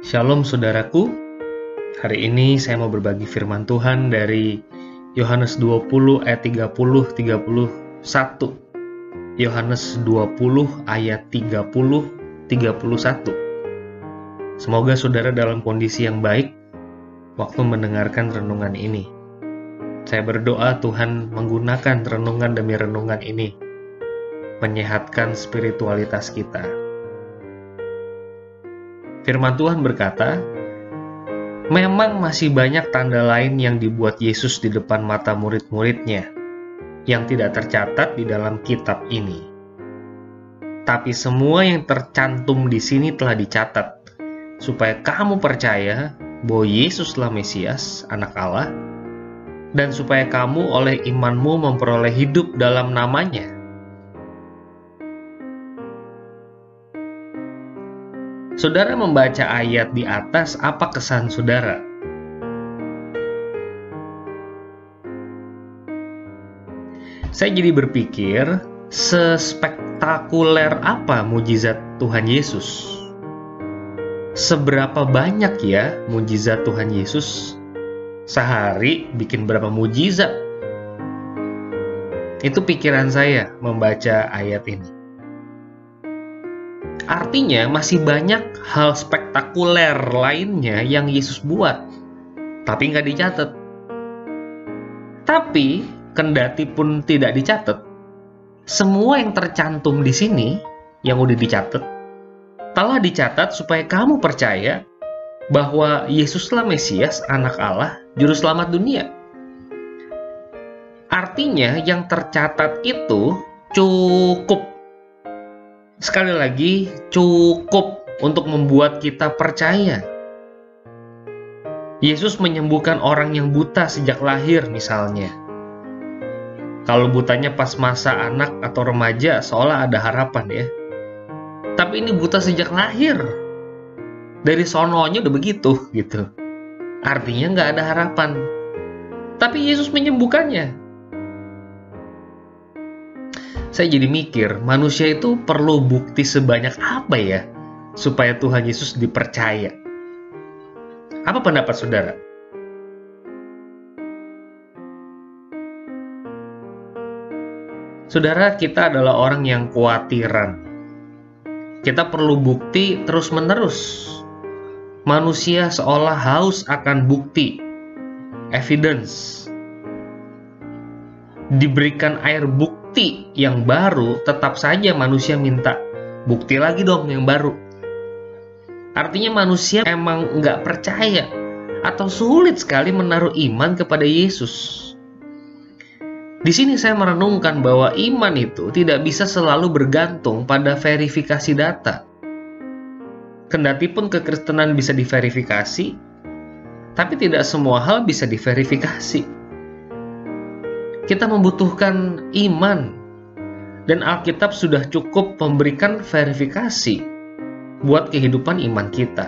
Shalom saudaraku, hari ini saya mau berbagi firman Tuhan dari Yohanes 20 ayat 30-31. Yohanes 20 ayat 30-31. Semoga saudara dalam kondisi yang baik waktu mendengarkan renungan ini. Saya berdoa Tuhan menggunakan renungan demi renungan ini menyehatkan spiritualitas kita. Firman Tuhan berkata, memang masih banyak tanda lain yang dibuat Yesus di depan mata murid-muridnya yang tidak tercatat di dalam kitab ini. Tapi semua yang tercantum di sini telah dicatat, supaya kamu percaya bahwa Yesuslah Mesias, Anak Allah, dan supaya kamu oleh imanmu memperoleh hidup dalam namanya. Saudara membaca ayat di atas, apa kesan saudara? Saya jadi berpikir, sespektakuler apa mujizat Tuhan Yesus? Seberapa banyak ya mujizat Tuhan Yesus? Sehari bikin berapa mujizat? Itu pikiran saya membaca ayat ini. Artinya masih banyak hal spektakuler lainnya yang Yesus buat, tapi nggak dicatat. Tapi, kendati pun tidak dicatat, semua yang tercantum di sini, yang udah dicatat, telah dicatat supaya kamu percaya bahwa Yesuslah Mesias, Anak Allah, Juru Selamat dunia. Artinya yang tercatat itu cukup. Sekali lagi, cukup untuk membuat kita percaya. Yesus menyembuhkan orang yang buta sejak lahir misalnya. Kalau butanya pas masa anak atau remaja, seolah ada harapan ya. Tapi ini buta sejak lahir. Dari sononya udah begitu gitu. Artinya nggak ada harapan. Tapi Yesus menyembuhkannya. Saya jadi mikir, manusia itu perlu bukti sebanyak apa ya supaya Tuhan Yesus dipercaya? Apa pendapat saudara? Saudara, kita adalah orang yang khawatiran. Kita perlu bukti terus-menerus. Manusia seolah haus akan bukti, evidence. Diberikan air bukti yang baru, tetap saja manusia minta bukti lagi dong yang baru. Artinya manusia emang nggak percaya atau sulit sekali menaruh iman kepada Yesus. Di sini saya merenungkan bahwa iman itu tidak bisa selalu bergantung pada verifikasi data. Kendati pun kekristenan bisa diverifikasi, tapi tidak semua hal bisa diverifikasi. Kita membutuhkan iman, dan Alkitab sudah cukup memberikan verifikasi buat kehidupan iman kita.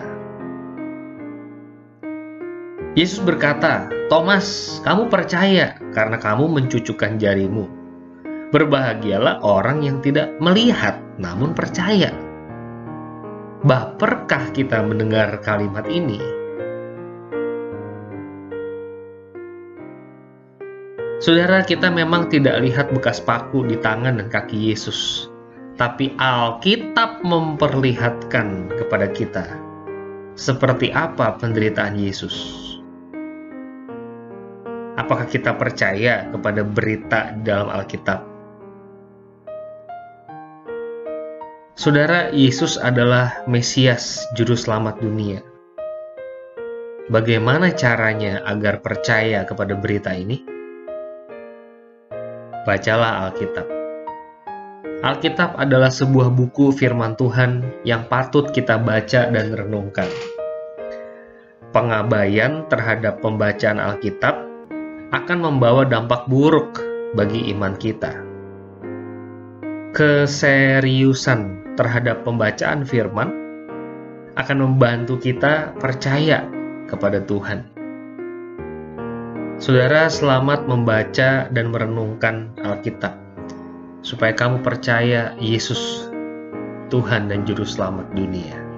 Yesus berkata, Thomas, kamu percaya karena kamu mencucukkan jarimu. Berbahagialah orang yang tidak melihat namun percaya. Baperkah kita mendengar kalimat ini? Saudara, kita memang tidak lihat bekas paku di tangan dan kaki Yesus, tapi Alkitab memperlihatkan kepada kita seperti apa penderitaan Yesus. Apakah kita percaya kepada berita di dalam Alkitab? Saudara, Yesus adalah Mesias, Juru Selamat dunia. Bagaimana caranya agar percaya kepada berita ini? Bacalah Alkitab. Alkitab adalah sebuah buku firman Tuhan yang patut kita baca dan renungkan. Pengabaian terhadap pembacaan Alkitab akan membawa dampak buruk bagi iman kita. Keseriusan terhadap pembacaan firman akan membantu kita percaya kepada Tuhan. Saudara, selamat membaca dan merenungkan Alkitab, supaya kamu percaya Yesus, Tuhan dan Juru Selamat dunia.